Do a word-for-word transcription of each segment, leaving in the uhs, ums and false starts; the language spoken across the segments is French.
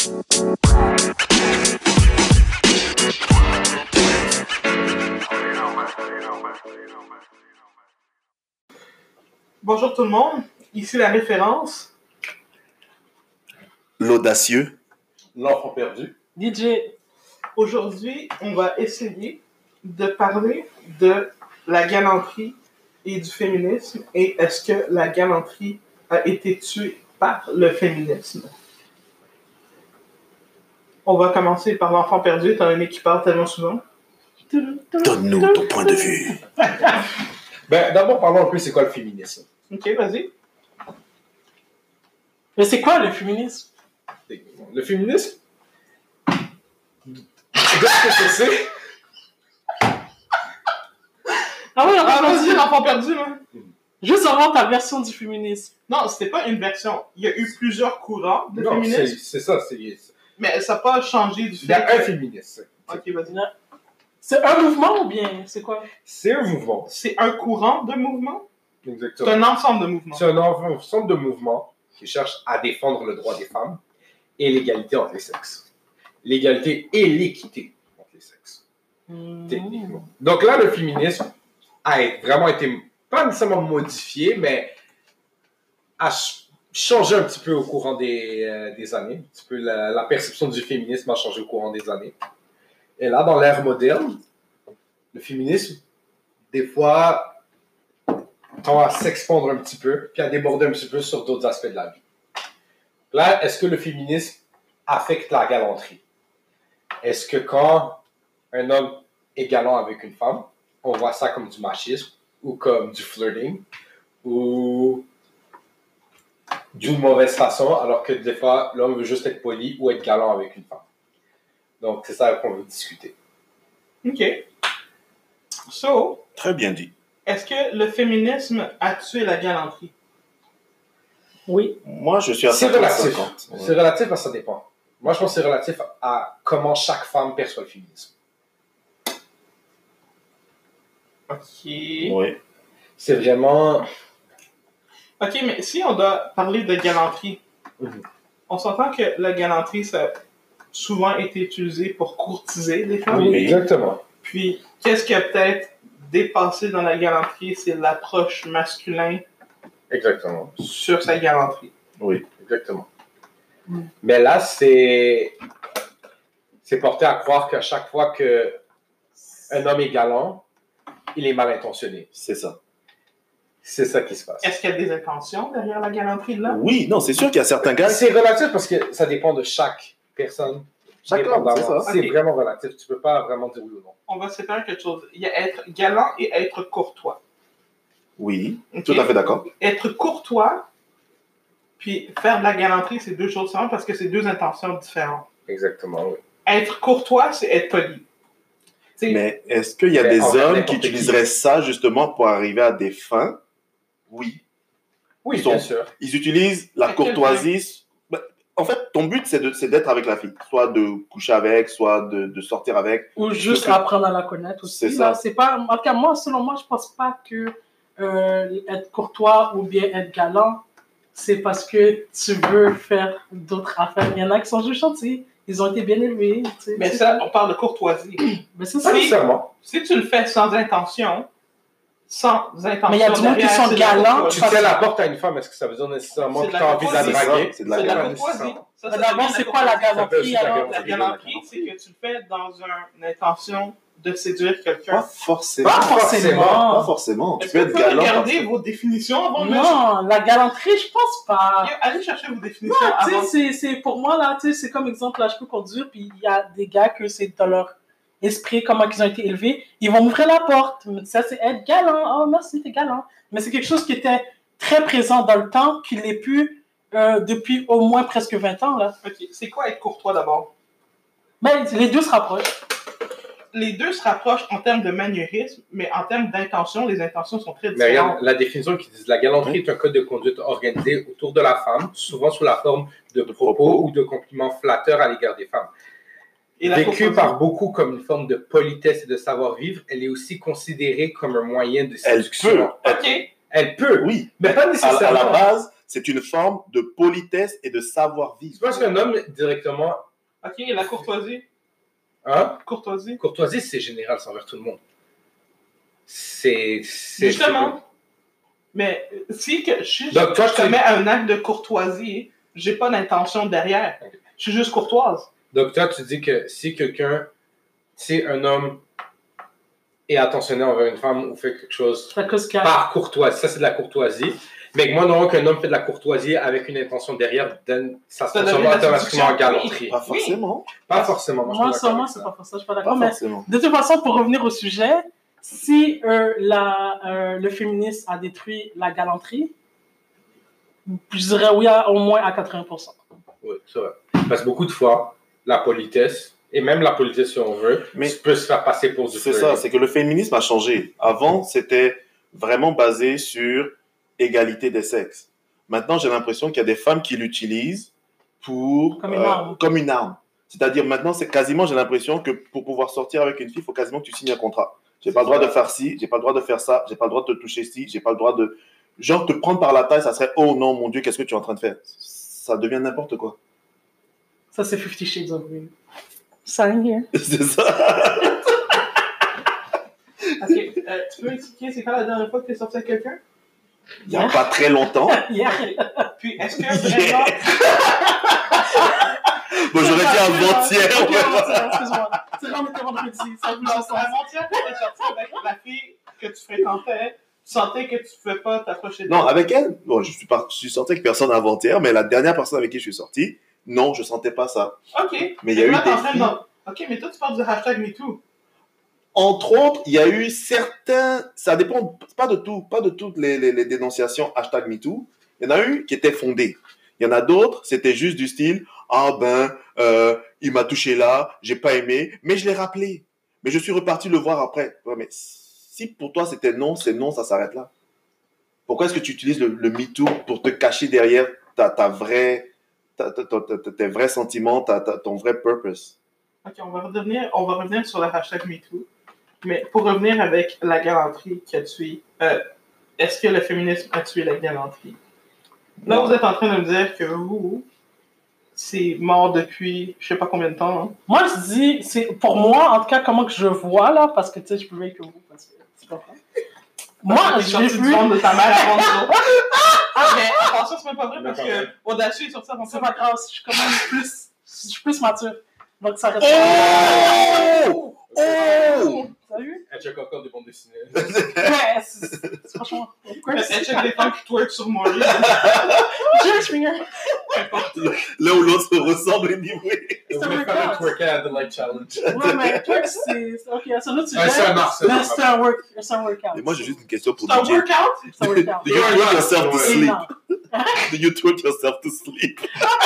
Bonjour tout le monde, ici la référence. L'audacieux. L'enfant perdu. D J. Aujourd'hui, on va essayer de parler de la galanterie et du féminisme et est-ce que la galanterie a été tuée par le féminisme. On va commencer par l'enfant perdu, étant donné qu'il parle tellement souvent. Donne-nous ton point de vue. Ben, d'abord, parlons un peu c'est quoi le féminisme. Ok, vas-y. Mais c'est quoi le féminisme? Le féminisme, de ce que c'est, Ah oui, on Ah, va vas-y, dire. l'enfant perdu, là. Juste avoir ta version du féminisme. Non, c'était pas une version. Il y a eu plusieurs courants de non, c'est, féminisme, c'est ça, c'est, mais ça n'a pas changé du il y a fait un que... féminisme. Ok, vas-y. C'est un mouvement ou bien c'est quoi? C'est un mouvement. C'est un courant de mouvement? C'est Exactement. un ensemble de mouvements. C'est un ensemble de mouvements qui cherche à défendre le droit des femmes et l'égalité entre les sexes. L'égalité et l'équité entre les sexes, Mmh. techniquement. Donc là, le féminisme a vraiment été, pas nécessairement modifié, mais a ch- changé un petit peu au courant des, euh, des années. Un petit peu la, la perception du féminisme a changé au courant des années. Et là, dans l'ère moderne, le féminisme, des fois, tend à s'expandre un petit peu, puis à déborder un petit peu sur d'autres aspects de la vie. Là, est-ce que le féminisme affecte la galanterie? Est-ce que quand un homme est galant avec une femme, on voit ça comme du machisme, ou comme du flirting, ou d'une mauvaise façon, alors que des fois, l'homme veut juste être poli ou être galant avec une femme? Donc, c'est ça qu'on veut discuter. Ok. So, Très bien dit. est-ce que le féminisme a tué la galanterie? Oui. Moi, je suis à C'est cinquante relatif. cinquante. C'est relatif parce que ça dépend. Moi, je pense que c'est relatif à comment chaque femme perçoit le féminisme. Ok. Oui. C'est vraiment... Ok, mais si on doit parler de galanterie, Mhm. on s'entend que la galanterie, ça a souvent été utilisé pour courtiser les femmes. Oui, exactement. Puis, qu'est-ce qui a peut-être dépassé dans la galanterie, c'est l'approche masculine Exactement. sur sa galanterie. Oui. Exactement. Mm. Mais là, c'est... C'est porté à croire qu'à chaque fois qu'un homme est galant, il est mal intentionné. C'est ça. C'est ça qui se passe. Est-ce qu'il y a des intentions derrière la galanterie de là? Oui, non, c'est sûr qu'il y a certains gars. C'est relatif parce que ça dépend de chaque personne. Chaque homme, Dépendamment. c'est ça. C'est Ok. vraiment relatif. Tu peux pas vraiment dire oui ou non. On va séparer quelque chose. Il y a être galant et être courtois. Oui, Ok? tout à fait d'accord. Être courtois, puis faire de la galanterie, c'est deux choses différentes parce que c'est deux intentions différentes. Exactement, oui. Être courtois, c'est être poli. T'sais, Mais est-ce qu'il y a Mais des envers hommes n'importe qui qui. utiliseraient ça justement pour arriver à des fins? Oui. Oui, Ils sont- bien sûr. Ils utilisent la À quel courtoisie. Ben, en fait, ton but, c'est, de, c'est d'être avec la fille. Soit de coucher avec, soit de, de sortir avec. Ou juste que- apprendre à la connaître aussi. C'est Là, ça. c'est pas, en tout cas, moi, selon moi, je pense pas que euh, être courtois ou bien être galant, c'est parce que tu veux faire d'autres affaires. Il y en a qui sont juste gentils. Ils ont été bien élevés. tu sais. mais ça, on parle de courtoisie. Mais c'est Pas ça. nécessairement. Si tu le fais sans intention, sans intention. Mais il y a du monde qui derrière, sont c'est de la galants. courtoisie. Tu tiens la porte à une femme, est-ce que ça veut dire nécessairement C'est que de tu la as envie de la courtoisie. draguer? C'est de la C'est de la galanterie. courtoisie. Ça, ça, D'abord, c'est c'est de quoi la courtoisie. galanterie Ça peut alors? aussi La galanterie, c'est que tu le fais dans un- une intention de séduire Pas quelqu'un. forcément. Pas Pas forcément. forcément. Tu Est-ce peux que être vous pouvez galant. regarder parce- vos définitions avant de le Non, la galanterie, je pense pas. Allez chercher vos définitions Non, tu avant. sais, c'est, c'est pour moi, là, tu sais, c'est comme exemple, là, je peux conduire, puis il y a des gars que c'est dans leur esprit, comment ils ont été élevés, ils vont m'ouvrir la porte. Mais ça, c'est être galant. Oh, merci, t'es galant. Mais c'est quelque chose qui était très présent dans le temps, qui l'est plus euh, depuis au moins presque vingt ans, là. Ok, c'est quoi être courtois d'abord? Mais les deux se rapprochent. Les deux se rapprochent en termes de maniérisme, mais en termes d'intention, les intentions sont très Mais différentes. regarde, la définition qui dit la galanterie est un code de conduite organisé autour de la femme, souvent sous la forme de propos ou de compliments flatteurs à l'égard des femmes. Et la Vécue courtoisie? par beaucoup comme une forme de politesse et de savoir-vivre, elle est aussi considérée comme un moyen de Elle séduction. peut. Ok. Elle peut, Oui. mais pas À, à nécessairement. la base, C'est une forme de politesse et de savoir-vivre. C'est parce qu'un homme, directement... Ok, la courtoisie. Hein? Courtoisie. Courtoisie, c'est général, c'est envers tout le monde. C'est... c'est Justement. Mais si que, si Donc, je, toi, je tu- commets un acte de courtoisie, j'ai pas d'intention derrière. Je suis juste courtoise. Donc, toi, tu dis que si quelqu'un, si un homme est attentionné envers une femme ou fait quelque chose C'est à cause qu'il y a- par courtoisie, ça, c'est de la courtoisie. Mais que moi, non, qu'un homme fait de la courtoisie avec une intention derrière, then, ça se Ça transforme devient la automatiquement en séduction. galanterie. Pas forcément. Pas forcément. Moi, je Moi, suis pas d'accord sûrement, avec c'est ça. pas pour ça, je suis pas Pas d'accord. Mais forcément. de toute façon, pour revenir au sujet, si euh, la, euh, le féminisme a détruit la galanterie, je dirais oui à, au moins à quatre-vingts pour cent. Oui, c'est vrai. Parce que beaucoup de fois, la politesse, et même la politesse si on veut, Mais- peut se faire passer pour du C'est flirting. ça, c'est que le féminisme a changé. Avant, c'était vraiment basé sur égalité des sexes. Maintenant, j'ai l'impression qu'il y a des femmes qui l'utilisent pour Comme une arme. comme une arme. C'est-à-dire maintenant, c'est quasiment, j'ai l'impression que pour pouvoir sortir avec une fille, il faut quasiment que tu signes un contrat. J'ai pas le droit de faire ci, j'ai pas le droit de faire ça, j'ai pas le droit de te toucher ci, j'ai pas le droit de genre te prendre par la taille, ça serait oh non mon Dieu, qu'est-ce que tu es en train de faire? Ça devient n'importe quoi. Ça, c'est Fifty Shades of Grey. Sign here. C'est ça. Ok, euh, tu peux expliquer c'est quand la dernière fois que tu es sorti avec quelqu'un? Il y a pas très longtemps. Hier. Puis est-ce que vraiment. Bon, j'aurais dit avant-hier. Ok, avant-hier, excuse-moi. C'est là, on était vendredi. Ça a plus de Donc, sens. avant-hier, tu es sorti avec la fille que tu fréquentais, tu sentais que tu ne pouvais pas t'approcher d'elle. Non, avec elle, bon, je suis, par... je suis sorti avec personne avant-hier, mais la dernière personne avec qui je suis sorti, non, je sentais pas ça. Ok. Mais il y a Et eu là, t'es en des train filles- de- Ok, mais toi, tu parles du hashtag MeToo. Entre autres, il y a eu certains, ça dépend pas de tout, pas de toutes les, les, les dénonciations hashtag MeToo. Il y en a eu qui étaient fondées. Il y en a d'autres, c'était juste du style, ah ben, euh, il m'a touché là, j'ai pas aimé, mais je l'ai rappelé. Mais je suis reparti le voir après. Ouais, mais si pour toi c'était non, c'est non, ça s'arrête là. Pourquoi est-ce que tu utilises le, le MeToo pour te cacher derrière ta, ta vraie, ta, ta, ta, ta- tes vrais sentiments, ta, ta- ton vrai purpose? Ok, on va revenir, on va revenir sur le hashtag MeToo. Mais pour revenir avec la galanterie qui a tué, euh, est-ce que le féminisme a tué la galanterie? Là, Non. vous êtes en train de me dire que vous, c'est mort depuis je sais pas combien de temps. Hein? Moi, je dis, c'est pour moi, en tout cas, comment que je vois, là, parce que, tu sais, je peux que vous, parce que c'est pas vrai. Moi, Parce que t'es j'ai sorti vu... du ventre de ta mère avant nous autres. Mais attention, c'est même pas vrai parce Non, pas vrai. que Audacieux est sorti avant C'est ça. pas grave, je suis quand même plus... Je suis plus mature. Donc, ça reste... Oh! Oh! T'as vu? Elle check encore des bandes dessinées. Ouais, c'est c'est- franchement... Of course. Elle check des femmes qui twerk sur moi. Jerry Springer. L'un ou l'autre se ressemble anyway. Elle C'est voulait un faire un workout. twerk à The Light Challenge. Ouais, mais twerk, c'est... c'est- Ok, c'est un autre sujet. Ouais, c'est un art, c'est un Mais art. c'est un work- c'est un workout. Et moi, j'ai juste une question pour C'est un D J. workout? C'est un workout. Do you twerk yourself to Ouais. sleep? Énorme. Do you twerk yourself to sleep?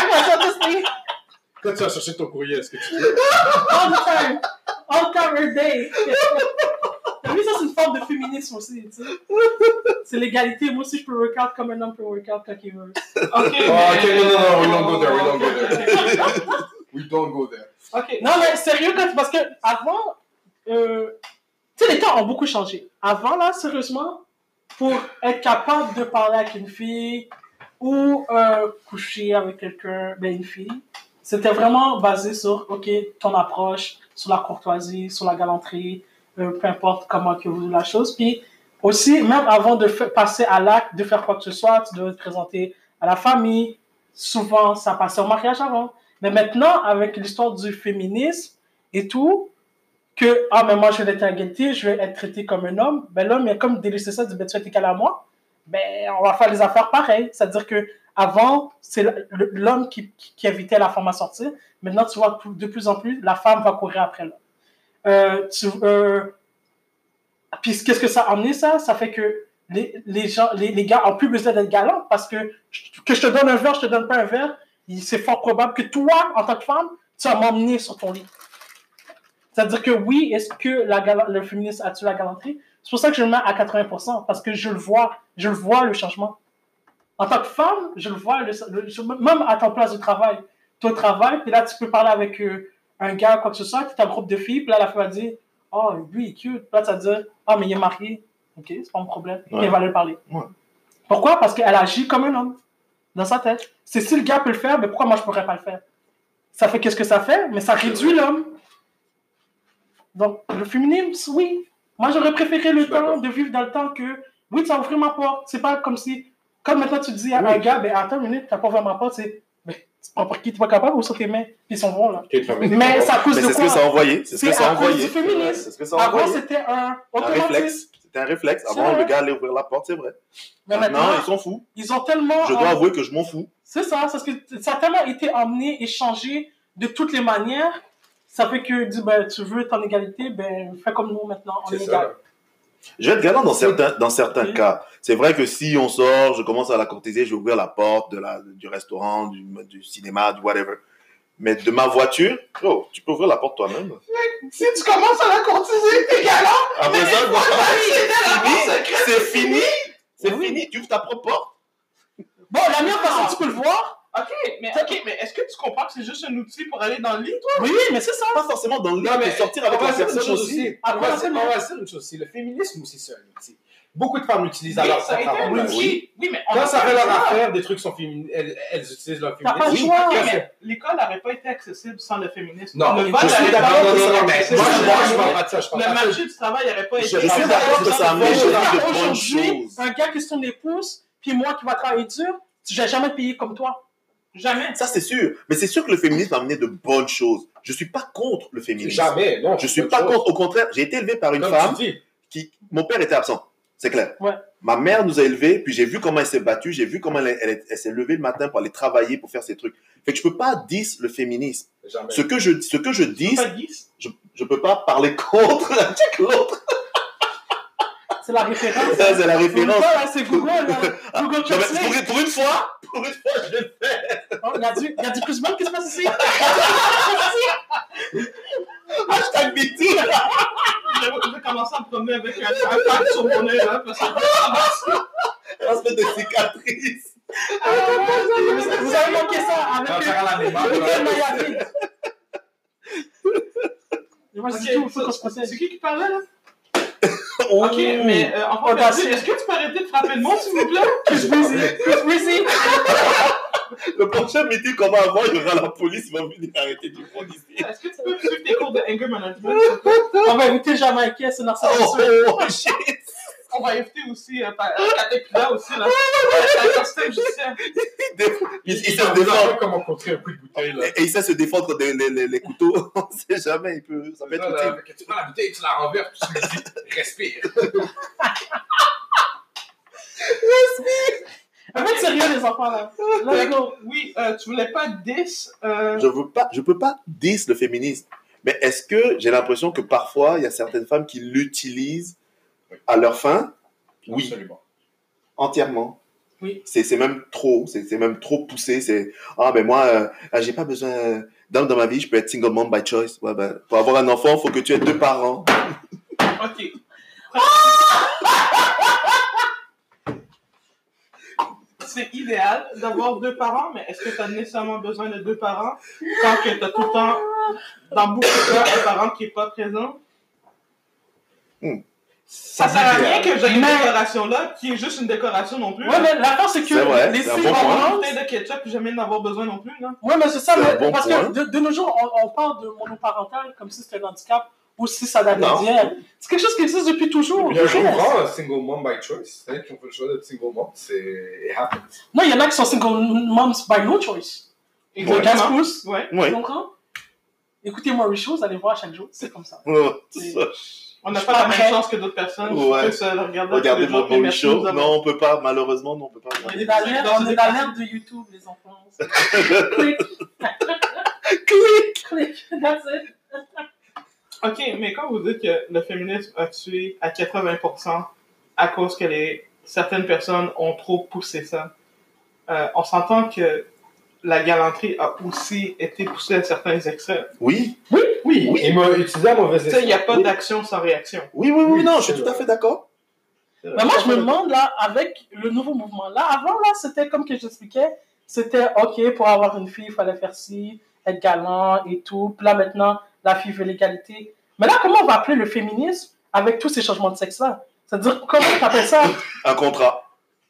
Quand tu vas chercher ton courrier, est-ce que tu All the time. All the time, every day. T'as vu, ça, c'est une forme de féminisme aussi, tu sais. C'est l'égalité. Moi aussi, je peux workout comme un homme peut workout quand il veut. Ok. Oh, ok, non, non, non, we don't go there, we don't go there. We don't go there. Ok. Non, mais sérieux, quand, parce que avant, euh, tu sais, les temps ont beaucoup changé. Avant, là, sérieusement, pour être capable de parler avec une fille ou euh, coucher avec quelqu'un, ben une fille, c'était vraiment basé sur, OK, ton approche, sur la courtoisie, sur la galanterie, euh, peu importe comment que vous la chose. Puis aussi, même avant de fa- passer à l'acte, de faire quoi que ce soit, tu dois te présenter à la famille. Souvent, ça passait au mariage avant. Mais maintenant, avec l'histoire du féminisme et tout, que, ah, mais moi, je vais être égalité, je vais être traité comme un homme, ben l'homme, il a comme délaissé ça, dit, ben tu vas être égal à moi, ben on va faire les affaires pareilles. C'est-à-dire que avant, c'est le- le- l'homme qui, qui, qui invitait la femme à sortir. Maintenant, tu vois, de plus en plus, la femme va courir après l'homme. Euh, tu, euh, puis qu'est-ce que ça a amené, ça? Ça fait que les, les, gens, les, les gars ont plus besoin d'être galants parce que je- que je te donne un verre, je te donne pas un verre, il- c'est fort probable que toi, en tant que femme, tu vas m'emmener sur ton lit. C'est-à-dire que oui, est-ce que la gala- le féminisme a tué la galanterie? C'est pour ça que je le mets à quatre-vingts pour cent, parce que je le vois, je le vois le changement. En tant que femme, je le vois, le, le- je- même à ton place de travail. Tu au travail, puis là, tu peux parler avec euh, un gars, quoi que ce soit, tu es un groupe de filles, puis là, la fille va dire, oh, lui, il est cute. Puis là, tu vas dire, ah, mais il est marié. Ok, c'est pas mon problème. Ouais. Puis elle va lui parler. Ouais. Pourquoi? Parce qu'elle agit comme un homme. dans sa tête. C'est si le gars peut le faire, mais pourquoi moi je pourrais pas le faire? Ça fait qu'est-ce que ça fait, mais ça réduit l'homme. Donc, le féminisme, oui. Moi, j'aurais préféré le temps de vivre dans le temps que, oui, ça ouvrir ma porte. C'est pas comme si, comme maintenant tu dis à oui. un gars, ben attends une minute, t'as pas ouvert ma porte, c'est, ben, tu prends pour qui, t'es pas capable ou sur tes mains, ils sont bons là. Mais c'est à cause mais de c'est quoi? C'est ce que ça a envoyé. C'est ce que ça a envoyé. C'est du féminisme. C'est ce que ça a envoyé. Avant, c'était un, un réflexe. C'était un réflexe. Avant, le gars allait ouvrir la porte, c'est vrai. Mais maintenant, maintenant, ils s'en foutent. Ils ont tellement. Je dois euh, avouer que je m'en fous. C'est ça, parce que ça a tellement été emmené et changé de toutes les manières. Ça fait que dis, ben, tu veux ton égalité, ben, fais comme nous maintenant, on est, est égal. Je vais être galant dans certains, dans certains oui. cas. C'est vrai que si on sort, je commence à la courtiser, je vais ouvrir la porte de la, du restaurant, du, du cinéma, du whatever. Mais de ma voiture, oh, tu peux ouvrir la porte toi-même. Si tu commences à la courtiser, t'es galant. Après ça, c'est fini. C'est fini. fini. Tu ouvres ta propre porte. Bon, la meilleure façon, tu peux le voir. Ok, mais, okay, mais est-ce que tu comprends que c'est juste un outil pour aller dans le lit, toi? Oui, mais c'est ça. Pas forcément dans le lit, non, mais sortir avec la personne aussi. aussi. Ah, on va dire une chose aussi. Le féminisme aussi, c'est un outil. Beaucoup de femmes l'utilisent alors ça a été un outil. Oui, mais quand ça fait leur affaire, des trucs sont féministes, elles, elles utilisent leur féminisme. T'as pas le choix. Oui, mais l'école n'aurait pas été accessible sans le féminisme. Non, le je suis d'accord. Non, non, non, mais moi, je parle pas de ça. Le marché du travail n'aurait pas été. Je suis d'accord que ça amène de bonnes choses. Un gars qui se tourne les pouces, puis moi qui va travailler dur, je vais jamais te payer comme toi. Jamais. Ça, c'est sûr. Mais c'est sûr que le féminisme a amené de bonnes choses. Je ne suis pas contre le féminisme. Jamais, non. Je ne suis pas chose. contre. Au contraire, j'ai été élevé par une Comme femme qui... Mon père était absent. C'est clair. Ouais. Ma mère nous a élevés, puis j'ai vu comment elle s'est battue, j'ai vu comment elle, elle, elle s'est levée le matin pour aller travailler, pour faire ses trucs. Fait que je ne peux pas dire le féminisme. Jamais. Ce que je, ce que je dis, je ne peux pas parler contre l'autre. C'est la référence. C'est la référence. Google, c'est Google. Là. Google non, pour, pour une fois, pour une fois, je vais le faire. Oh, il y a du, il y a du plus mal qui se passe ici. Hashtag MeToo. Je vais commencer à me promener avec un pack sur mon nez, là, parce que ça se fait des cicatrices. Ah, vous avez manqué ça avec le C'est qui qui parlait, là? Ok, mais euh, en fait, est-ce que tu peux arrêter de frapper le monde, s'il vous plaît? Chris Breezy. Chris Breezy. Le prochain meeting qu'on va avoir, il y aura la police qui va venir arrêter du monde ici. Est-ce que tu peux suivre tes cours de anger management? On va éviter Jamaïcain, c'est notre oh, oh, shit. On va éviter aussi euh, Caterpillar aussi, là. C'est un système judiciaire. Il sait se défendre. Comment contrer un coup de bouteille, là. Et il sait se défendre contre les, les, les, les couteaux. On ne sait jamais, il peut. Ça peut être là, utile. Tu prends la bouteille, tu la renverses, puis tu me dis, respire. Respire. En fait, sérieux, les enfants, là. Let's go. Oui, euh, tu voulais pas diss. Euh... Je veux pas, je peux pas diss le féminisme. Mais est-ce que j'ai l'impression que parfois, il y a certaines femmes qui l'utilisent à leur fin? Oui. Absolument. Entièrement. Oui. C'est, c'est même trop, c'est, c'est même trop poussé. C'est, ah ben moi, euh, j'ai pas besoin, euh, dans, dans ma vie, je peux être single mom by choice. Ouais, ben, pour avoir un enfant, il faut que tu aies deux parents. Ok. C'est idéal d'avoir deux parents, mais est-ce que tu as nécessairement besoin de deux parents quand tu as tout le temps, dans beaucoup de cas, un parent qui n'est pas présent? Hmm. Ça ne sert à rien que j'ai une mais... décoration là, qui est juste une décoration non plus. Ouais, mais l'affaire, c'est que c'est vrai, les filles vont bon bouteille de ketchup et jamais en avoir besoin non plus. Là. Ouais, mais c'est ça, c'est mais, bon parce point. que de, de nos jours, on, on parle de monoparental comme si c'était un handicap ou si ça datait d'hier. C'est quelque chose qui existe depuis toujours. Il y a un jour, un single mom by choice. C'est-à-dire qu'on fait le choix d'être single mom, c'est... It happens. Non, il y en a qui sont single moms by no choice. Et ouais. casse pouce. Ouais. Tu comprends? Écoutez Maurice Shows, allez voir chaque jour, c'est comme ça. Ouais, c'est ça. On n'a pas la même chance que d'autres personnes. Ouais. Que ça, regarder Regardez mon Maurice Show. Non, on peut pas, malheureusement, non, on peut pas. On est dans l'ère, on est dans l'ère de YouTube, les enfants. Click. Click. Click. That's it. Ok, mais quand vous dites que le féminisme a tué à quatre-vingts pour cent à cause que les, certaines personnes ont trop poussé ça, euh, on s'entend que la galanterie a aussi été poussée à certains excès. Oui. Oui, oui. oui. Il m'a utilisé à mauvais excès. Tu sais, il n'y a pas oui. d'action sans réaction. Oui, oui, oui, oui non, je suis tout à fait d'accord. Mais moi, je me demande, là, avec le nouveau mouvement, là, avant, là, c'était comme que j'expliquais, c'était, OK, pour avoir une fille, il fallait faire ci, être galant et tout. Puis là, maintenant, la fille veut l'égalité. Mais là, comment on va appeler le féminisme avec tous ces changements de sexe-là? C'est-à-dire, comment tu appelles ça? Un contrat.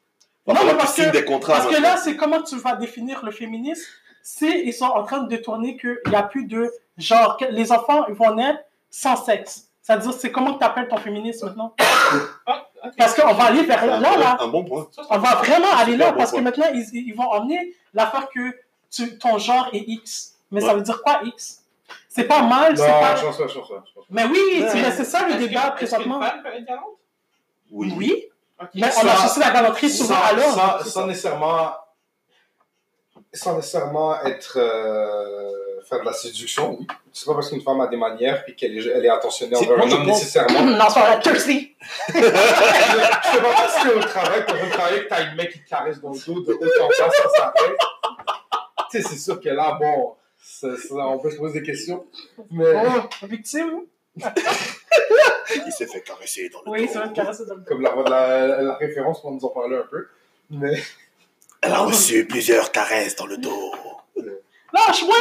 Parfois, mais tu parce signes que- des contrats. Parce que maintenant. là, c'est comment tu vas définir le féminisme. C'est ils sont en train de détourner qu'il n'y a plus de genre. que les enfants ils vont naître sans sexe. C'est-à-dire, c'est comment tu appelles ton féminisme maintenant? Ah, ok. Parce qu'on va aller vers C'est là, un, là, bon- là. un bon point. Ça, c'est On va vraiment aller super là bon parce que point. maintenant, ils, ils vont emmener l'affaire que tu, ton genre est X. Mais ça Ouais. veut dire quoi X? C'est pas mal, Non, c'est pas. je pense pas, je pense pas. je pense pas. Mais oui, Ouais. c'est mais c'est ça le Est-ce que- débat est-ce présentement. qu'une femme peut être galante? Oui. Oui. Ok. Mais on Ça- associe la galanterie souvent sans, à l'homme. sans, C'est sans ça. nécessairement sans nécessairement être euh, faire de la séduction, oui. C'est pas parce qu'une femme a des manières puis qu'elle est, elle est attentionnée C'est- envers moi, un je homme pense- nécessairement. Non, c'est pas thirsty. Je sais pas parce qu'au travail, quand on travaille, que t'as une mec qui te caresse dans le dos de haut en bas sans s'arrêter. Tu sais, c'est sûr que là, bon, ça, ça, on peut se poser des questions. Mais Oh, victime. Il s'est fait caresser dans le Oui, dos. c'est vrai, de caresser dans le dos. comme la, la, la référence qu'on nous en parlait un peu. Mais Elle a reçu plusieurs caresses dans le dos. Lâche-moi!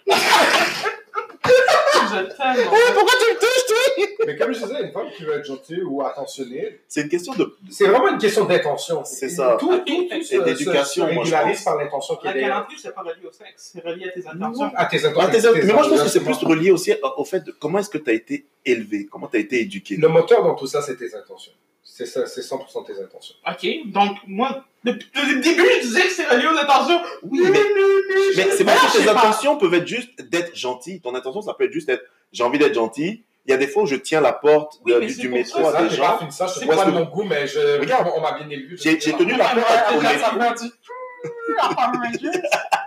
Vous êtes tellement. Pourquoi tu me touches, toi? Mais comme je disais, une femme qui veut être gentille ou attentionnée, C'est une question de. c'est vraiment une question d'intention. C'est ça. Tout, tout, tout Et se- d'éducation, se moi, je régularise pense. par l'intention qui est La derrière. galanterie, c'est pas relié au sexe, c'est relié à tes intentions. À tes Ah, intentions. tes- tes mais moi, je pense que c'est engagements. plus relié aussi au fait de comment est-ce que tu as été élevé, comment tu as été éduqué. Le moteur dans tout ça, c'est tes intentions. C'est ça, c'est cent pour cent tes intentions. Ok, donc moi, depuis, depuis le début, je disais que c'est relié aux intentions. Oui, mais, mais c'est Mais parce là, que je tes sais pas. intentions peuvent être juste d'être gentil. Ton intention, ça peut être juste être j'ai envie d'être gentil. Il y a des fois où je tiens la porte Oui, de- mais du, c'est du pour métro ça, à Ça, des j'ai pas gens. fini ça, je C'est sais pas parce de que- mon goût, mais je, Regarde. on m'a bien élevé. je J'ai sais j'ai pas. tenu la porte à- au Regarde, métro. ça prend du- à Power Rangers.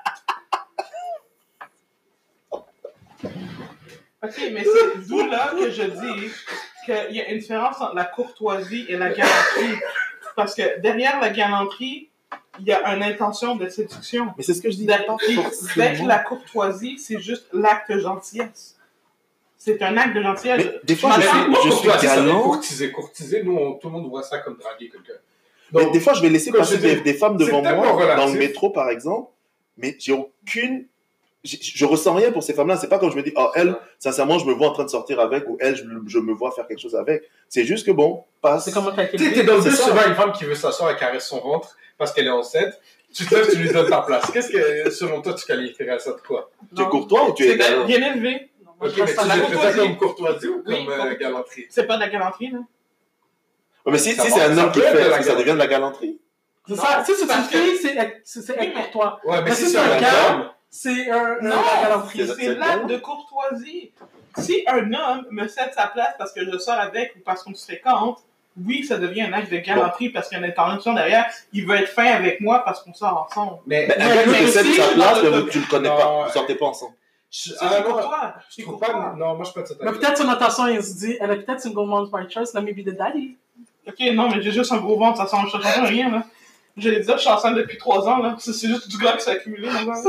Ok, mais c'est d'où là que je dis qu'il y a une différence entre la courtoisie et la galanterie. Parce que derrière la galanterie, il y a une intention de séduction. Mais c'est ce que je dis. Derrière Pas forcément. la courtoisie, c'est juste l'acte de gentillesse. C'est un acte de gentillesse. Mais des fois, Ma je femme, suis, Moi, je pour suis toi, ça veut dire galant. courtiser. Courtiser, nous, on- tout le monde voit ça comme draguer quelqu'un. Mais Donc, des fois, je vais laisser comme passer je dis, des, des femmes c'est devant tellement moi, relatif. dans le métro par exemple, mais j'ai aucune. j'ai- Je ressens rien pour ces femmes-là. C'est pas comme je me dis, oh, elle, sincèrement, je me vois en train de sortir avec, ou elle, je, je me vois faire quelque chose avec. C'est juste que bon, passe. C'est comment t'as été Tu sais, t'es élevé. dans le C'est bus, ça. souvent, une femme qui veut s'asseoir, elle caresse son ventre parce qu'elle est enceinte. Tu te lèves, tu lui donnes ta place. Qu'est-ce que, selon toi, tu qualifierais ça de quoi? Tu es Non. courtois ou tu C'est es galant? bien élevé. Non, moi, Ok, je mais reste tu à la fais ça courtoisie. comme courtoisie ou Oui, comme euh, comme- galanterie? C'est pas de la galanterie, là. Ouais, mais si, Ça si va- c'est un ça homme qui peut être fait, de la est-ce que ça devient de la galanterie? C'est Non, ça. Si c'est une parce que- fille, c'est être- c'est c'est Oui, être mais- pour toi. Ouais, mais Mais si si c'est c'est un un gars- homme, C'est un, un- Non, la galanterie. c'est- C'est l'acte de courtoisie. Si un homme me cède sa place parce que je sors avec ou parce qu'on se fréquente, oui, ça devient un acte de galanterie parce qu'il y a une intention derrière. Il veut être fin avec moi parce qu'on sort ensemble. mais, Mais un gars qui mais te cède si, sa place, dans le- que tu le connais Non, pas, ouais. vous sortez pas ensemble. je, Ça, ah, c'est non, courtois. je C'est trouve courtois. pas, non, moi, je suis pas de cette Mais avis. peut-être son intention, il se dit, elle est peut-être single mom by choice, let me be the daddy. Ok, non, mais j'ai juste un gros ventre, ça change, ça change rien, là. Je l'ai dit, je suis enceinte depuis trois ans, là. C'est c'est juste du gras qui s'est accumulé, là. Ça,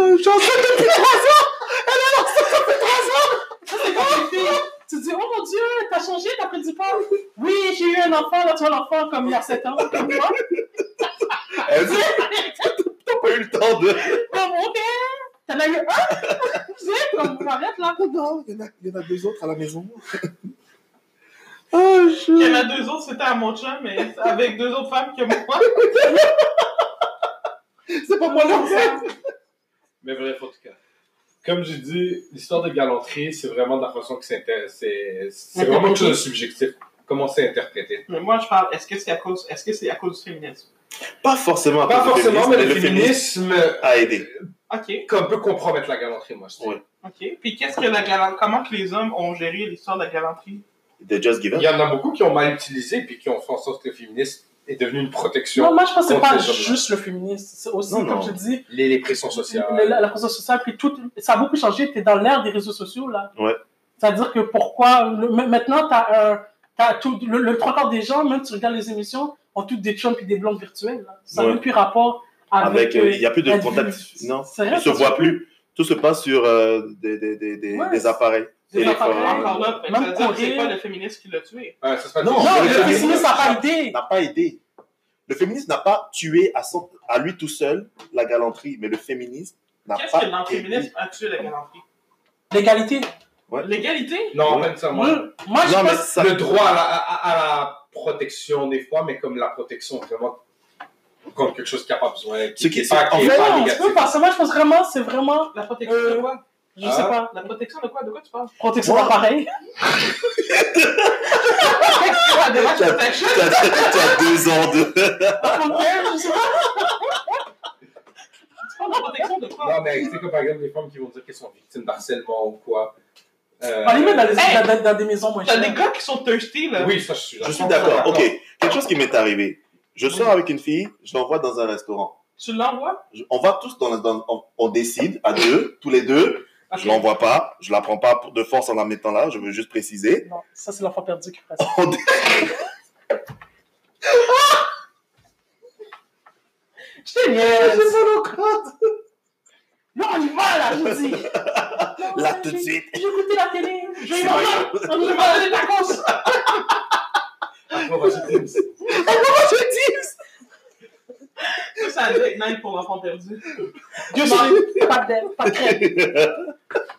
c'est quand t'es fille. Tu dis, oh mon Dieu, t'as changé, t'as pris du poids. Oui, j'ai eu un enfant, là, tu vois l'enfant comme il y a sept ans, comme moi. Elle dit, t'as pas eu le temps de. Comme, ok, t'en as eu un. Tu sais, comme, j'arrête là. Non, il y en a, il y en a deux autres à la maison. Il y en a deux autres, c'était à mon chum, mais avec deux autres femmes que moi. C'est pas moi là. Mais bref, en tout cas. Comme j'ai dit, l'histoire de galanterie, c'est vraiment de la façon que c'est inter- c'est c'est vraiment quelque chose de subjectif. Comment c'est interprété. Mais moi, je parle, est-ce que c'est à cause, est-ce que c'est à cause du féminisme? Pas forcément. à Pas cause du forcément, mais le féminisme féminisme a aidé. Ok, qu'on peut compromettre la galanterie, moi, je dis. Ouais. ok. Puis qu'est-ce que la galanterie, comment que les hommes ont géré l'histoire de la galanterie? They just give Il up. y en a beaucoup qui ont mal utilisé puis qui ont fait en sorte que le féminisme est devenu une protection. Non, moi, je pense que c'est contre pas les hommes. juste le féminisme. C'est aussi, Non, comme non. je dis, Les, les pressions sociales. La, la, la pression sociale, puis tout, ça a beaucoup changé. Tu es dans l'ère des réseaux sociaux, là. Ouais. C'est-à-dire que pourquoi. Le, maintenant, tu as, euh, tout. Le, le trois quarts des gens, même tu regardes les émissions, ont toutes des chums et des blondes virtuelles. Là. Ça n'a Ouais. même plus rapport avec. Avec, euh, il n'y a plus de être contact. vu. Non, C'est vrai, ils se ça voient se plus. Tout se passe sur euh, des, des, des, des, Ouais, des appareils. des Téléphone. appareils. Encore là, Même ça veut dire que c'est courir. pas le féminisme qui l'a tué. Ouais, ça se passe Non, Non, mais le le féminisme féminisme n'a pas aidé. N'a pas aidé. Le féminisme n'a pas tué à, son, à lui tout seul la galanterie, mais le féminisme n'a Qu'est-ce pas que dans le aidé. féminisme a tué la galanterie? L'égalité. L'égalité? Non, Ouais. pas nécessairement. Moi, moi, je Non, mais pense. ça, Le droit à la, à, à la protection des fois, mais comme la protection vraiment prendre quelque chose qui n'a pas besoin, qui Ce qui- n'est pas, en qui est Mais pas non, tu négatif. peux pas. Ça, moi, je pense vraiment, c'est vraiment. La protection de Euh, quoi? Je Ah. sais pas. La protection de quoi? De quoi tu parles? Protection Moi- d'appareil. Ah, de Tu as, protection? tu as- tu as deux ans de. Je sais pas. Tu parles de protection de quoi? Non, mais tu sais, comme par exemple, les femmes qui vont dire qu'elles sont victimes d'harcèlement ou quoi. Euh, On les met dans, les, Hey! dans, dans des maisons moins T'as chères. des gars qui sont thirsty, là. Oui, ça, je suis Je suis d'accord. Ok. Quelque chose qui m'est arrivé. Je sors avec une fille, je l'envoie dans un restaurant. Tu l'envoies? Je- on va tous dans, la- dans on, on décide à deux, tous les deux. Ok. Je l'envoie pas, je la prends pas pour- de force en la mettant là. Je veux juste préciser. Non, ça, c'est l'enfant perdu qui ferait ça. On dé- Je te niaise. Non, on y va, là, je vous dis. Non, Là, ça, tout de j'ai- suite. J'ai goûté la télé. Je vais C'est y manger. vrai. On y va, des tacos. Après, on va chez Teams. Ça, c'est un date night pour l'enfant perdu. Dieu sait, pas de pas de crème.